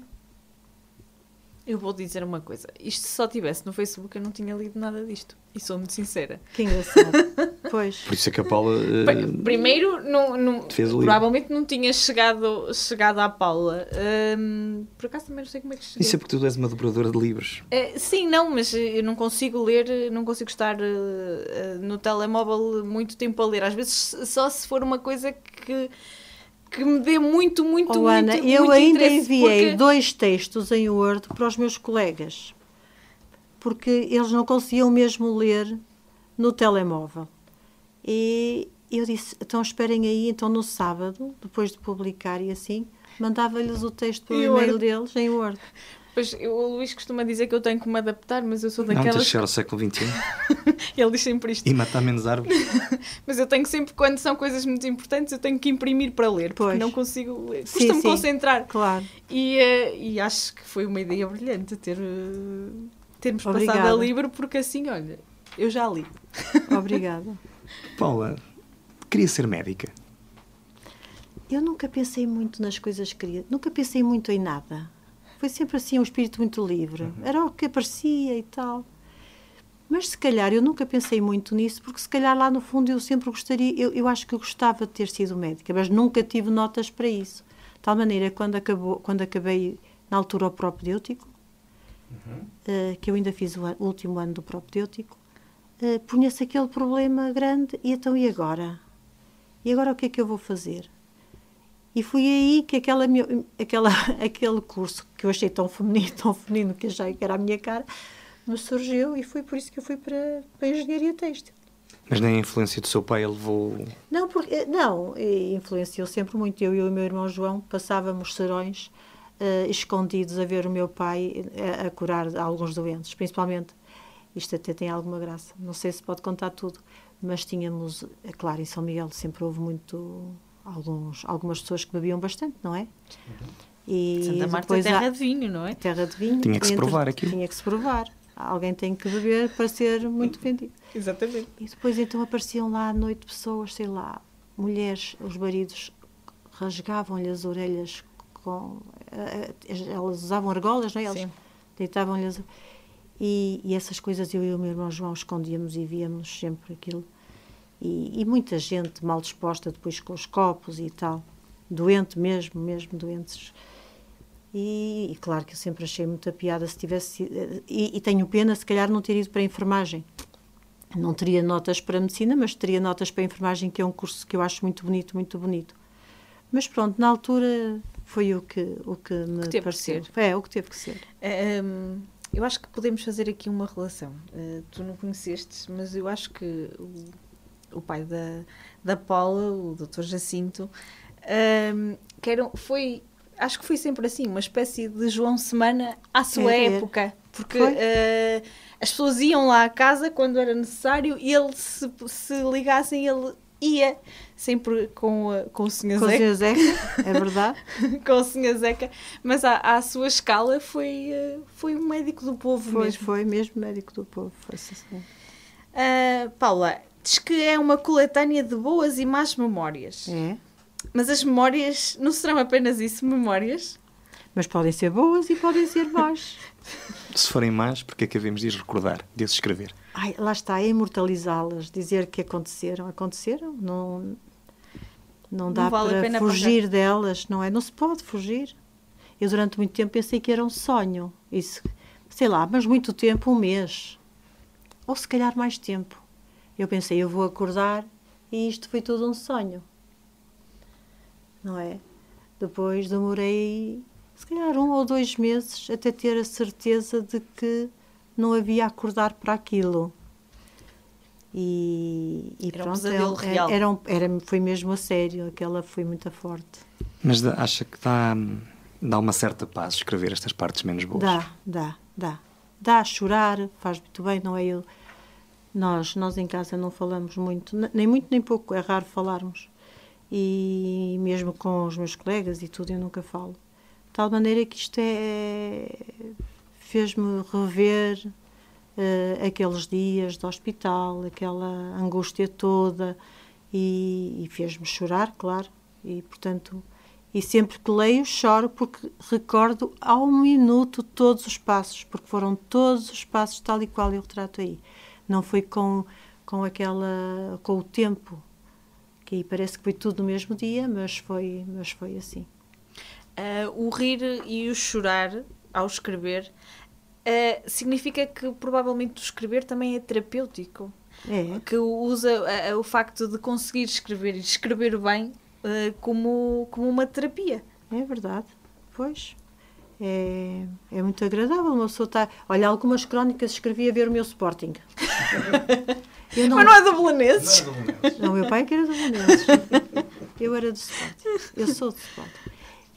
Eu vou dizer uma coisa. Isto se só tivesse no Facebook, eu não tinha lido nada disto. E sou muito sincera. Que engraçado. Pois. Por isso é que a Paula... uh, P- Primeiro, não, não, Fez o livro. provavelmente não tinha chegado, chegado à Paula. Hum, por acaso também não sei como é que cheguei. Isso é porque tu és uma dobradora de livros. É, sim, não, mas eu não consigo ler, não consigo estar uh, uh, no telemóvel muito tempo a ler. Às vezes só se for uma coisa que, que me dê muito, muito, Oh, muito, Ana, eu muito ainda interesse, enviei porque- dois textos em Word para os meus colegas, porque eles não conseguiam mesmo ler no telemóvel. E eu disse, então esperem aí, então no sábado, depois de publicar e assim, mandava-lhes o texto pelo Em e-mail Word. deles em Word. Pois, eu, o Luís costuma dizer que eu tenho que me adaptar, mas eu sou Não, daquelas... tens de chegar ao século vinte e um Ele diz sempre isto. e matar menos árvores. Mas eu tenho sempre, quando são coisas muito importantes, eu tenho que imprimir para ler, porque Pois. não consigo... Sim, Custa-me sim. concentrar. Claro. E, eh, e acho que foi uma ideia brilhante ter, eh, termos Obrigada. passado a livro, porque assim, olha, eu já li. Obrigada. Paula, queria ser médica. Eu nunca pensei muito nas coisas que queria. Nunca pensei muito em nada. Foi sempre assim um espírito muito livre. Era o que aparecia e tal. Mas se calhar eu nunca pensei muito nisso, porque se calhar lá no fundo eu sempre gostaria, eu, eu acho que eu gostava de ter sido médica, mas nunca tive notas para isso. De tal maneira que quando, acabou, quando acabei na altura o propedêutico, uhum. uh, que eu ainda fiz o, an- o último ano do propedêutico, uh, punha-se aquele problema grande, e então e agora? E agora o que é que eu vou fazer? E foi aí que aquela, aquela, aquele curso que eu achei tão feminino, tão feminino que achei que era a minha cara, me surgiu, e foi por isso que eu fui para, para a engenharia têxtil. Mas nem a influência do seu pai ele levou... Não, porque, não, influenciou sempre muito. Eu e o meu irmão João passávamos serões uh, escondidos a ver o meu pai a, a curar alguns doentes, principalmente, isto até tem alguma graça, não sei se pode contar tudo, mas tínhamos, é claro, em São Miguel sempre houve muito... Alguns, algumas pessoas que bebiam bastante, não é? Uhum. E Santa Marta é depois terra há- de vinho, não é? terra de vinho. Tinha que se Entre- provar aquilo. Tinha que se provar. Alguém tem que beber para ser muito vendido. Exatamente. E depois então apareciam lá à noite pessoas, sei lá, mulheres, os maridos rasgavam-lhe as orelhas com... eh, eh, Elas usavam argolas, não é? Eles Sim. deitavam-lhe as... E, e essas coisas eu e o meu irmão João escondíamos e víamos sempre aquilo. E, e muita gente mal disposta depois com os copos e tal, doente mesmo, mesmo doentes. E, e claro que eu sempre achei muita piada se tivesse... E, e tenho pena se calhar não ter ido para a enfermagem. Não teria notas para a medicina, mas teria notas para a enfermagem, que é um curso que eu acho muito bonito, muito bonito. Mas pronto, na altura foi o que, o que me que teve pareceu. que ser. É, o que teve que ser. Um, eu acho que podemos fazer aqui uma relação. Uh, tu não conhecestes, mas eu acho que o, o pai da, da Paula, o doutor Jacinto, um, que era, foi, acho que foi sempre assim, uma espécie de João Semana à sua É, é. época. Porque Foi. uh, as pessoas iam lá à casa quando era necessário e ele, se, se ligassem, ele ia. Sempre com, a, com o senhor Com o Zeca. senhor Zeca, é verdade. Com o senhor Zeca, mas à, à sua escala foi, uh, foi um médico do povo Foi, mesmo. foi mesmo médico do povo. Foi assim. Uh, Paula, diz que é uma coletânea de boas e más memórias. É. Mas as memórias não serão apenas isso, memórias? Mas podem ser boas e podem ser más. Se forem más, porque é que havemos de as recordar, de as escrever? Ai, lá está, é imortalizá-las, dizer que aconteceram, aconteceram, não, não dá Não vale a para pena fugir delas, não é? Não se pode fugir. Eu durante muito tempo pensei que era um sonho, isso, sei lá, mas muito tempo, um mês, ou se calhar mais tempo. Eu pensei, eu vou acordar e isto foi tudo um sonho, não é? Depois demorei, se calhar um ou dois meses até ter a certeza de que não havia a acordar para aquilo. E, e Era um pronto, pesadelo era, real. Era, um- era, foi mesmo a sério, aquela foi muito forte. Mas dá- acha que dá, dá uma certa paz escrever estas partes menos boas? Dá, dá, dá. Dá a chorar, faz muito bem, não é? Eu, nós, nós em casa não falamos muito, n- nem muito nem pouco, é raro falarmos. E mesmo com os meus colegas e tudo, eu nunca falo. De tal maneira que isto é, fez-me rever uh, aqueles dias de hospital, aquela angústia toda, e, e fez-me chorar, claro. E, portanto, e sempre que leio, choro, porque recordo ao minuto todos os passos, porque foram todos os passos tal e qual eu retrato aí. Não foi com, com aquela, com o tempo, que aí parece que foi tudo no mesmo dia, mas foi, mas foi assim. Uh, o rir e o chorar ao escrever uh, significa que provavelmente o escrever também é terapêutico. É, Que usa uh, o facto de conseguir escrever e escrever bem uh, como, como uma terapia. é verdade, pois. É, é muito agradável, uma pessoa está... Olha, algumas crónicas escrevi a ver o meu Sporting. Eu Mas não é do Belenenses? Não, o meu pai é que era do Belenenses. Eu era do Sporting. Eu sou do Sporting.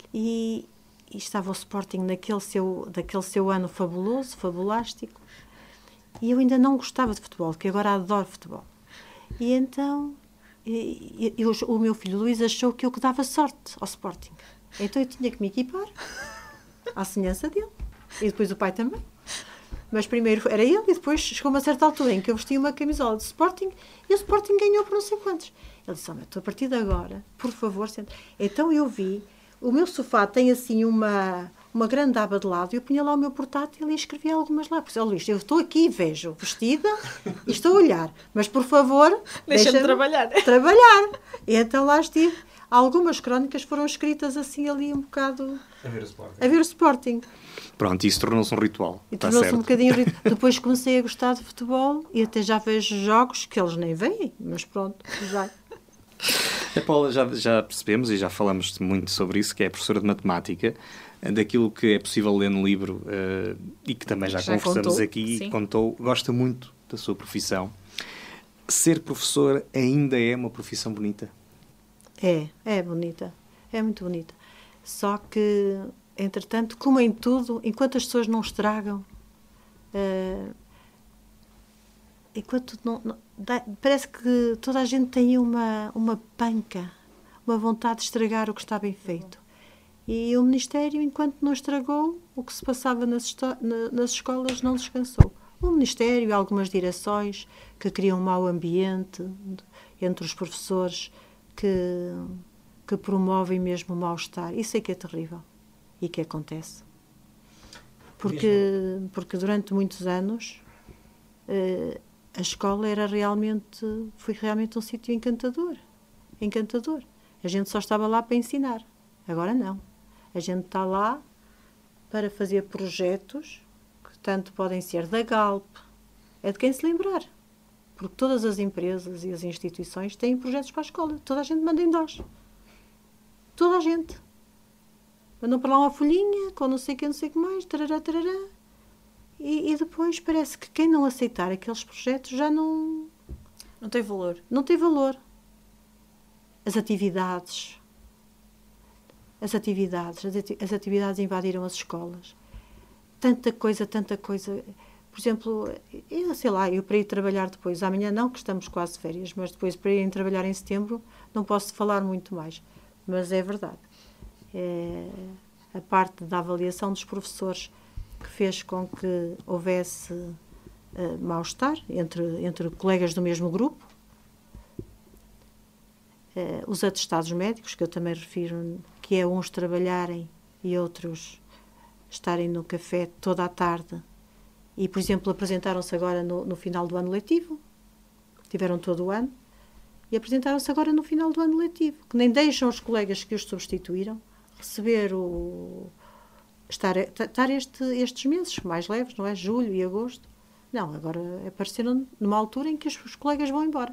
E, e estava o Sporting naquele seu, daquele seu ano fabuloso, fabulástico, e eu ainda não gostava de futebol, que agora adoro futebol. E então e, e, o, o meu filho Luís achou que eu que dava sorte ao Sporting. Então eu tinha que me equipar à semelhança dele. E depois o pai também. Mas primeiro era ele e depois chegou uma certa altura em que eu vestia uma camisola de Sporting e o Sporting ganhou por não sei quantos. Ele disse, oh, a partir de agora, por favor, senta. Então eu vi, o meu sofá tem assim uma, uma grande aba de lado e eu punha lá o meu portátil e escrevia algumas lá. Porque, oh, Luís, eu estou aqui e vejo vestida e estou a olhar, mas por favor, deixa-me deixa trabalhar. trabalhar. E então lá estive. Algumas crónicas foram escritas assim ali um bocado... A ver o Sporting. A ver o Sporting. Pronto, isso tornou-se um ritual. E Está tornou-se certo. um bocadinho ritual. Depois comecei a gostar de futebol e até já vejo jogos que eles nem veem, mas pronto, já. A Paula, já, já percebemos e já falamos muito sobre isso, que é professora de matemática, daquilo que é possível ler no livro uh, e que também já, já conversamos contou, aqui sim. e contou, gosta muito da sua profissão. Ser professor ainda é uma profissão bonita? É, é bonita. É muito bonita. Só que, entretanto, como em tudo, enquanto as pessoas não estragam, uh, enquanto não, não dá, parece que toda a gente tem uma, uma panca, uma vontade de estragar o que está bem feito. E o Ministério, enquanto não estragou, o que se passava nas, na, nas escolas não descansou. O Ministério e algumas direções que criam um mau ambiente entre os professores, que, que promovem mesmo o mal-estar. Isso é que é terrível e que acontece. Porque, porque durante muitos anos uh, a escola era realmente, foi realmente um sítio encantador. Encantador. A gente só estava lá para ensinar. Agora não. A gente está lá para fazer projetos que tanto podem ser da Galp, é de quem se lembrar. Porque todas as empresas e as instituições têm projetos para a escola. Toda a gente manda em dós. Toda a gente. Mandam para lá uma folhinha com não sei o que, não sei o que mais, tarará, tarará. E, e depois parece que quem não aceitar aqueles projetos já não... Não tem valor. Não tem valor. As atividades... As atividades, as, ati as atividades invadiram as escolas. Tanta coisa, tanta coisa. Por exemplo, eu sei lá, eu para ir trabalhar depois, amanhã não, que estamos quase de férias, mas depois para ir trabalhar em setembro não posso falar muito mais. Mas é verdade. É a parte da avaliação dos professores que fez com que houvesse uh, mal-estar entre, entre colegas do mesmo grupo. Uh, os atestados médicos, que eu também refiro, que é uns trabalharem e outros estarem no café toda a tarde. E, por exemplo, apresentaram-se agora no, no final do ano letivo. Tiveram todo o ano. E apresentaram-se agora no final do ano letivo. Que nem deixam os colegas que os substituíram receber o... Estar, estar este, estes meses mais leves, não é? Julho e agosto. Não, agora apareceram numa altura em que os, os colegas vão embora.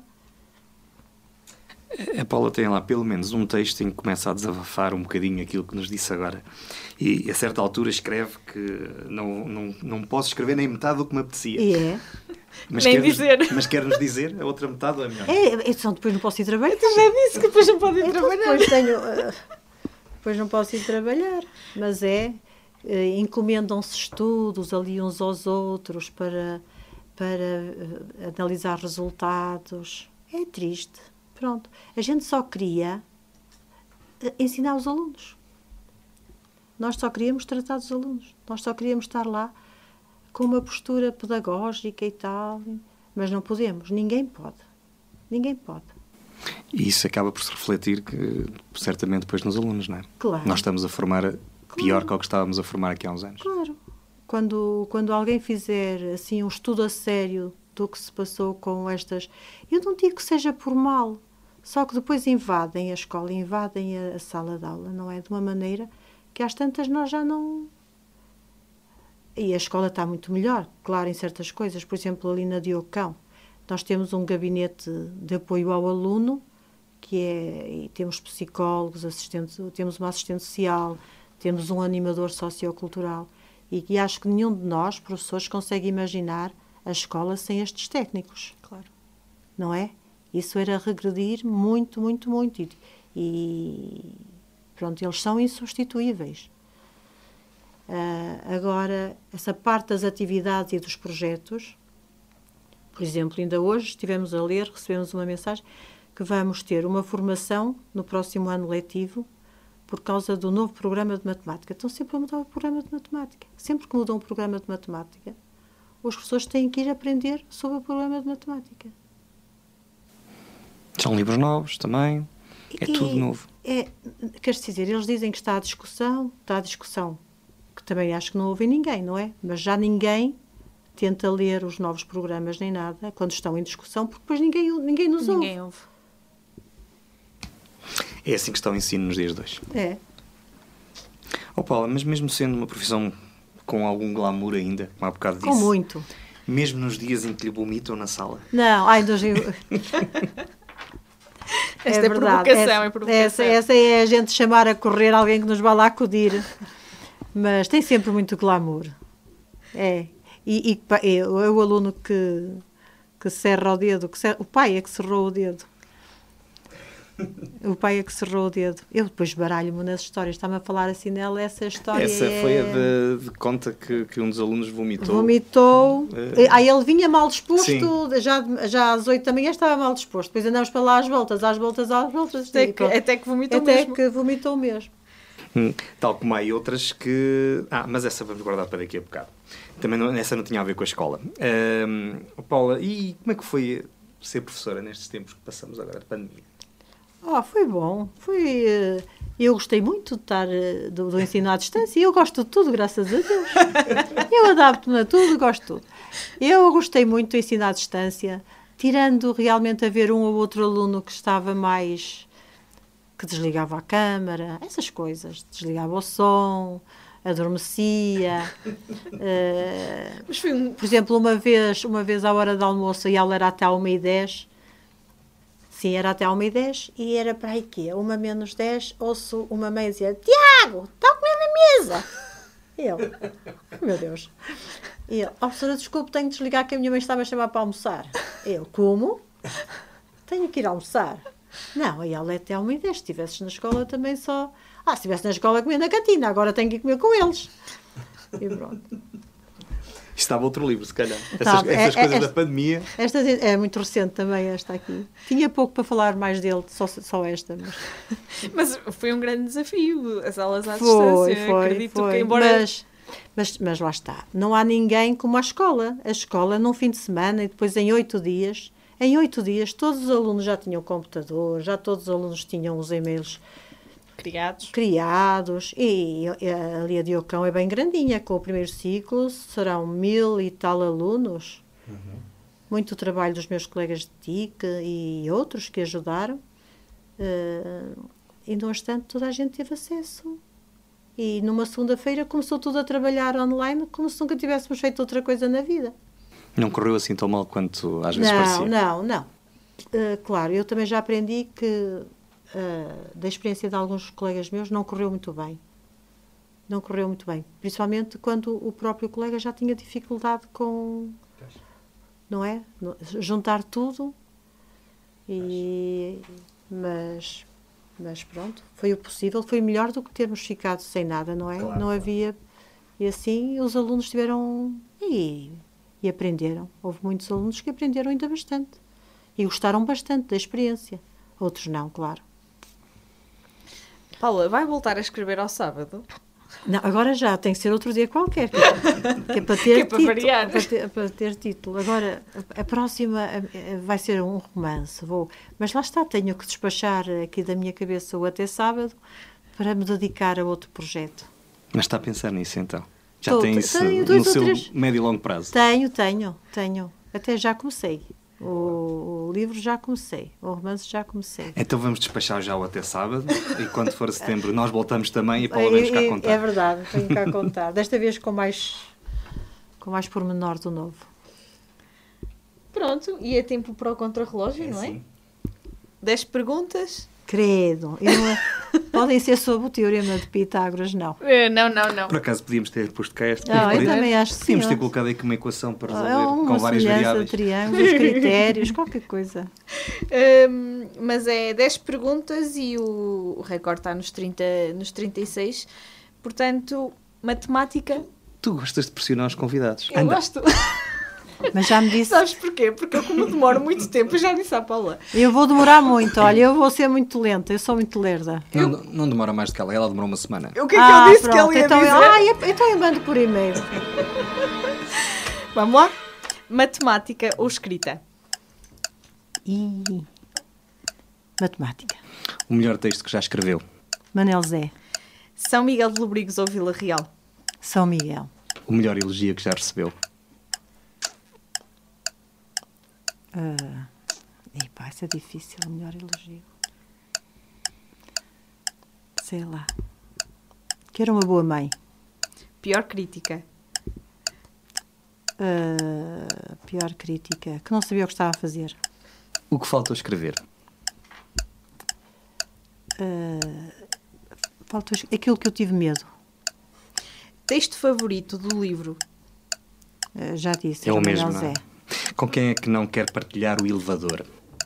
A Paula tem lá pelo menos um texto em que começa a desabafar um bocadinho aquilo que nos disse agora. E a certa altura escreve que não, não, não posso escrever nem metade do que me apetecia. E é. Mas nem quer dizer. Nos, mas quer-nos dizer a outra metade ou é melhor? É, então depois não posso ir trabalhar. Eu também disse que depois não pode ir então, trabalhar. Depois, tenho, uh, depois não posso ir trabalhar. Mas é, uh, encomendam-se estudos ali uns aos outros para, para uh, analisar resultados. É triste. Pronto. A gente só queria uh, ensinar os alunos. Nós só queríamos tratar dos alunos. Nós só queríamos estar lá com uma postura pedagógica e tal. Mas não podemos. Ninguém pode. Ninguém pode. E isso acaba por se refletir que, certamente depois nos alunos, não é? Claro. Nós estamos a formar pior claro. que o que estávamos a formar aqui há uns anos. Claro. Quando, quando alguém fizer assim um estudo a sério do que se passou com estas... Eu não digo que seja por mal, só que depois invadem a escola, invadem a, a sala de aula, não é? De uma maneira que às tantas nós já não... E a escola está muito melhor, claro, em certas coisas. Por exemplo, ali na Diocão, nós temos um gabinete de apoio ao aluno, que é... E temos psicólogos, assistentes, temos uma assistente social, temos um animador sociocultural. E, e acho que nenhum de nós, professores, consegue imaginar a escola sem estes técnicos. Claro. Não é? Isso era regredir muito, muito, muito. E, Pronto, eles são insubstituíveis. Uh, agora, essa parte das atividades e dos projetos, por exemplo, ainda hoje estivemos a ler, recebemos uma mensagem que vamos ter uma formação no próximo ano letivo por causa do novo programa de matemática. Estão sempre a mudar o programa de matemática. Sempre que mudam o programa de matemática, os professores têm que ir aprender sobre o programa de matemática. São livros novos também, é e, tudo novo. É, quer dizer, eles dizem que está à discussão, está à discussão, que também acho que não ouvem ninguém, não é? Mas já ninguém tenta ler os novos programas nem nada, quando estão em discussão, porque depois ninguém, ninguém nos ouve. Ninguém ouve. É assim que está o ensino nos dias de hoje. É. Oh Paula, mas mesmo sendo uma profissão com algum glamour ainda, como há bocado disse... Com muito. Mesmo nos dias em que lhe vomitam na sala? Não, ai, dos... Esta é, é provocação, é provocação. Essa, essa é a gente chamar a correr alguém que nos vai lá acudir. Mas tem sempre muito glamour. É. E, e, e é o aluno que, que serra o dedo, que serra, o pai é que serrou o dedo. O pai é que cerrou o dedo. Eu depois baralho-me nas histórias. Está-me a falar assim nela, essa história. Essa é... foi a de, de conta que, que um dos alunos vomitou. Vomitou. Uh... Aí ele vinha mal disposto, já, já às oito da manhã estava mal disposto. Depois andámos para lá às voltas, às voltas, às voltas. Até, que, até que vomitou até mesmo. Até que vomitou mesmo. Hum, tal como há outras que... Ah, mas essa vamos guardar para daqui a bocado. Também não, essa não tinha a ver com a escola. Um, Paula, e como é que foi ser professora nestes tempos que passamos agora de pandemia? Oh, foi bom. Foi, uh, eu gostei muito de estar uh, do, do ensino à distância e eu gosto de tudo, graças a Deus. Eu adapto-me a tudo, gosto de tudo. Eu gostei muito do ensino à distância, tirando realmente a ver um ou outro aluno que estava mais... que desligava a câmara, essas coisas. Desligava o som, adormecia. Uh, Mas foi um... Por exemplo, uma vez, uma vez à hora do almoço, e a aula era até à uma e dez... Sim, era até uma e dez e era para aí que uma menos dez, ouço uma mãe dizer: Tiago, está a comer na mesa. Eu, meu Deus. E ele: oh, professora, desculpe, tenho de desligar que a minha mãe estava a chamar para almoçar. Eu: como? Tenho que ir almoçar. Não, aí ela é até uma e dez. Se estivesses na escola também só... Ah, se estivesse na escola comia na cantina, agora tenho que ir comer com eles. E pronto. Estava outro livro, se calhar. Tá, essas, essas é, coisas esta, da pandemia. Esta é muito recente também, esta aqui. Tinha pouco para falar mais dele, só, só esta. Mas... mas foi um grande desafio, as aulas à foi, distância. Foi, Acredito foi. que embora... Mas, mas, mas lá está. Não há ninguém como a escola. A escola, num fim de semana e depois em oito dias, em oito dias, todos os alunos já tinham computador, já todos os alunos tinham os e-mails criados. criados e, e ali a Diocão é bem grandinha, com o primeiro ciclo serão mil e tal alunos. Uhum. Muito trabalho dos meus colegas de T I C e outros que ajudaram, uh, e no instante toda a gente teve acesso e numa segunda-feira começou tudo a trabalhar online como se nunca tivéssemos feito outra coisa na vida. Não correu assim tão mal quanto às vezes não, parecia? Não, não, uh, claro, eu também já aprendi que Uh, da experiência de alguns colegas meus, não correu muito bem. Não correu muito bem. Principalmente quando o próprio colega já tinha dificuldade com... Não é? Juntar tudo. E, mas, mas pronto, foi o possível. Foi melhor do que termos ficado sem nada, não é? Claro. Não havia... E assim os alunos tiveram... E, e aprenderam. Houve muitos alunos que aprenderam ainda bastante. E gostaram bastante da experiência. Outros não, claro. Paula, vai voltar a escrever ao sábado? Não, agora já, tem que ser outro dia qualquer. Que é para ter que é para título. Variar. Para ter, para ter título. Agora, a, a próxima vai ser um romance. Vou, mas lá está, tenho que despachar aqui da minha cabeça o até sábado para me dedicar a outro projeto. Mas está a pensar nisso então? Já Tô, tem isso tenho, no seu três... médio e longo prazo? Tenho, tenho, tenho. Até já comecei. O, o livro já comecei, o romance já comecei. Então vamos despachar já o até sábado e quando for setembro nós voltamos também e Paula vamos cá contar. É verdade, tenho cá contar. Desta vez com mais, com mais pormenor do novo. Pronto, e é tempo para o contrarrelógio, é, não é? Sim. Dez perguntas. Credo. Eu não, Podem ser sobre o teorema de Pitágoras, não. Uh, não, não, não. Por acaso podíamos ter posto cá esta. Não, eu também acho que Podíamos sim. ter colocado aí com uma equação para resolver É uma com várias semelhança variáveis. de triângulos, critérios, qualquer coisa. Um, mas é dez perguntas e o, o recorde está nos, trinta, nos trinta e seis. Portanto, matemática. Tu gostas de pressionar os convidados. Eu Anda. gosto. Mas já me disse, Sabes porquê? Porque eu, como demoro muito tempo, eu já disse à Paula. eu vou demorar muito, olha, eu vou ser muito lenta, eu sou muito lerda. Não, não demora mais do que ela. Ela demorou uma semana. O que é que Ah, eu disse pronto, que ele ia então, dizer? eu, ah, eu- então eu mando por e-mail. Vamos lá? Matemática ou escrita? E matemática. O melhor texto que já escreveu. Manel Zé, São Miguel de Lobrigos ou Vila Real? São Miguel. O melhor elogio que já recebeu. Ah, epá, isso é difícil, o melhor elogio. Sei lá. Que era uma boa mãe. Pior crítica? Ah, pior crítica, que não sabia o que estava a fazer. O que faltou escrever. Ah, faltou es- aquilo que eu tive medo. Texto favorito do livro? Ah, já disse, É o era mesmo, Manel não é? Zé. Com quem é que não quer partilhar o elevador?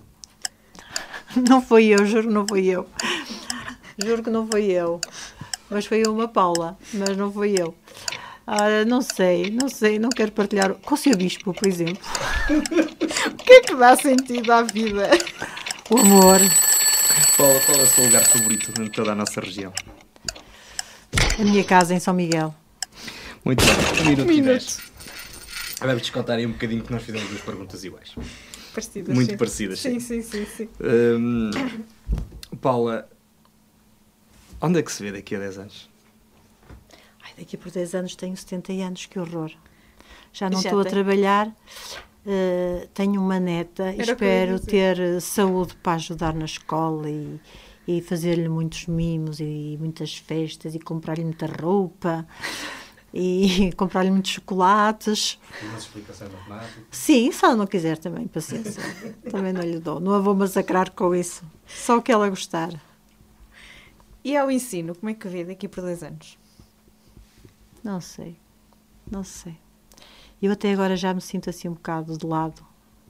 Não foi eu, juro que não foi eu. Juro que não foi eu. Mas foi uma Paula, mas não foi eu. Ah, não sei, não sei, não quero partilhar. Com o seu bispo, por exemplo. O que é que dá sentido à vida? O amor, Paula, qual é o seu lugar favorito de toda a nossa região? a minha casa em São Miguel. Muito bem. Um minuto e Minuto. dez. Vamos descontar aí um bocadinho que nós fizemos duas perguntas iguais. Parecidas, Muito sim. parecidas, Sim, sim. sim, sim, sim. Hum, Paula, onde é que se vê daqui a dez anos? Ai, daqui por dez anos tenho setenta anos, que horror. Já não Já estou a tem. trabalhar, eh, tenho uma neta, o que eu ia espero dizer. ter eh, saúde para ajudar na escola e, e fazer-lhe muitos mimos e muitas festas e comprar-lhe muita roupa e comprar-lhe muitos chocolates. Umas explicações matemáticas. Sim, se ela não quiser também, paciência. Também não lhe dou. Não a vou massacrar com isso. Só o que ela gostar. E ao ensino, como é que vê daqui por dois anos? Não sei. Não sei. Eu até agora já me sinto assim um bocado de lado.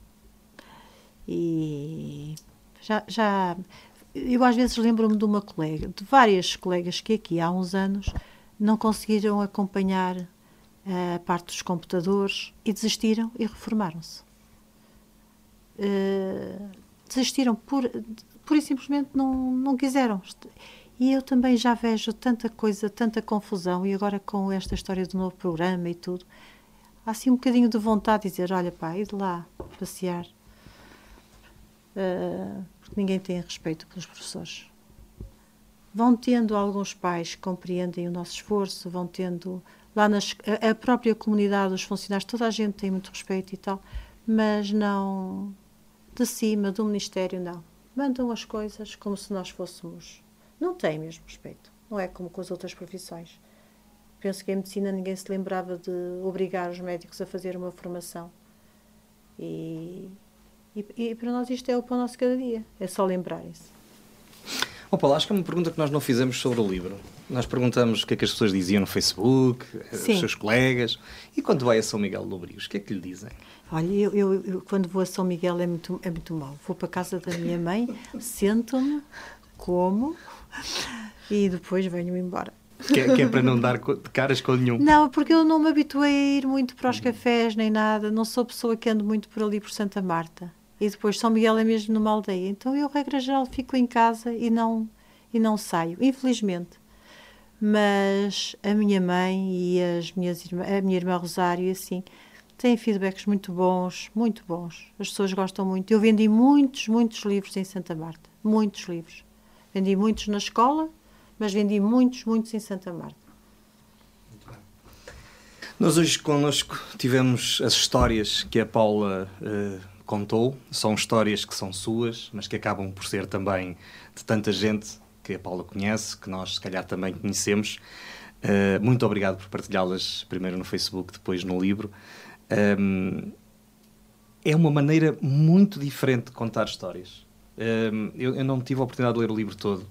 E já, já eu às vezes lembro-me de uma colega, de várias colegas que aqui há uns anos não conseguiram acompanhar a parte dos computadores e desistiram e reformaram-se. Uh, desistiram por, por e simplesmente não, não quiseram. E eu também já vejo tanta coisa, tanta confusão, e agora com esta história do novo programa e tudo, há assim um bocadinho de vontade de dizer, olha pá, ir lá passear. Uh, porque ninguém tem respeito pelos professores. Vão tendo alguns pais que compreendem o nosso esforço, vão tendo lá nas, a, a própria comunidade, os funcionários, toda a gente tem muito respeito e tal, mas não de cima, do Ministério, não. Mandam as coisas como se nós fôssemos. Não têm mesmo respeito. Não é como com as outras profissões. Penso que em medicina ninguém se lembrava de obrigar os médicos a fazer uma formação. E, e, e para nós isto é o pão nosso cada dia. É só lembrarem-se. Oh, Paula, acho que é uma pergunta que nós não fizemos sobre o livro. Nós perguntamos o que é que as pessoas diziam no Facebook, Sim. os seus colegas. E quando vai a São Miguel de Lobrigos, o que é que lhe dizem? Olha, eu, eu, eu quando vou a São Miguel é muito, é muito mau. Vou para a casa da minha mãe, sento-me, como e depois venho-me embora. Que é, que é para não dar co- de caras com nenhum. Não, porque eu não me habituei a ir muito para os cafés nem nada. Não sou pessoa que ando muito por ali por Santa Marta. E depois São Miguel é mesmo numa aldeia. Então eu, regra geral, fico em casa e não, e não saio, infelizmente. Mas a minha mãe e as minhas irmã, a minha irmã Rosário, e assim, têm feedbacks muito bons, muito bons. As pessoas gostam muito. Eu vendi muitos, muitos livros em Santa Marta. Muitos livros. Vendi muitos na escola, mas vendi muitos, muitos em Santa Marta. Nós hoje connosco tivemos as histórias que a Paula eh, contou. São histórias que são suas, mas que acabam por ser também de tanta gente que a Paula conhece, que nós se calhar também conhecemos. Uh, muito obrigado por partilhá-las primeiro no Facebook, depois no livro. Um, é uma maneira muito diferente de contar histórias. Um, eu, eu não tive a oportunidade de ler o livro todo,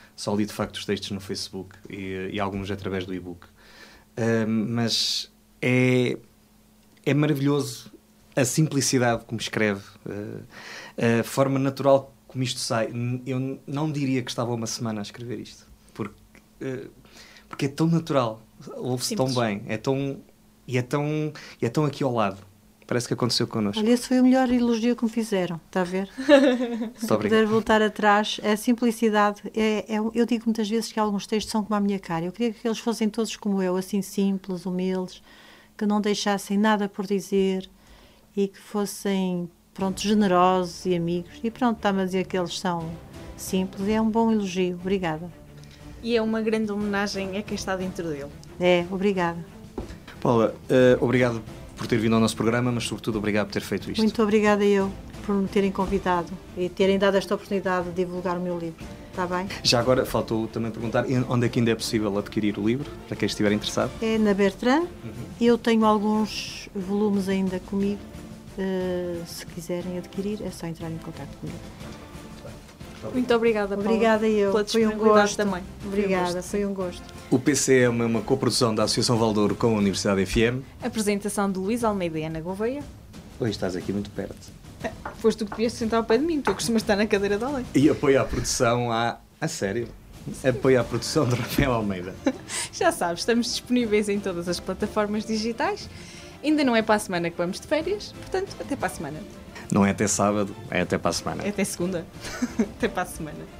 só li de facto os textos no Facebook e, e alguns através do e-book. Uh, mas é, é maravilhoso a simplicidade como escreve, uh, a forma natural como isto sai. Eu não diria que estava uma semana a escrever isto, porque, uh, porque é tão natural, ouve-se tão bem, é tão, e é tão, e é tão aqui ao lado. Parece que aconteceu connosco. Olha, esse foi o melhor elogio que me fizeram, está a ver? Se puder voltar atrás, a simplicidade, é, é, eu digo muitas vezes que alguns textos são como a minha cara. Eu queria que eles fossem todos como eu, assim simples, humildes, que não deixassem nada por dizer e que fossem, pronto, generosos e amigos. E pronto, está-me a dizer que eles são simples e é um bom elogio. Obrigada. E é uma grande homenagem a quem está dentro dele. É, obrigada. Paula, uh, obrigado por ter vindo ao nosso programa, mas sobretudo obrigado por ter feito isto. Muito obrigada eu por me terem convidado e terem dado esta oportunidade de divulgar o meu livro. Está bem? Já agora faltou também perguntar onde é que ainda é possível adquirir o livro, para quem estiver interessado. É na Bertrand. Uhum. Eu tenho alguns volumes ainda comigo. Uh, se quiserem adquirir, é só entrar em contato comigo. Muito obrigada, Paula. Obrigada eu. Foi um gosto também. Obrigada, foi um gosto. O P C é uma, uma coprodução da Associação Valdouro com a Universidade F M. Apresentação de Luís Almeida e Ana Gouveia. Hoje estás aqui muito perto. É, foste tu que devias sentar ao pé de mim, tu costumas estar na cadeira de além. E apoio à produção a... A sério? Apoio à produção de Rafael Almeida. Já sabes, estamos disponíveis em todas as plataformas digitais. Ainda não é para a semana que vamos de férias, portanto, até para a semana. Não é até sábado, é até para a semana. É até segunda. Até para a semana.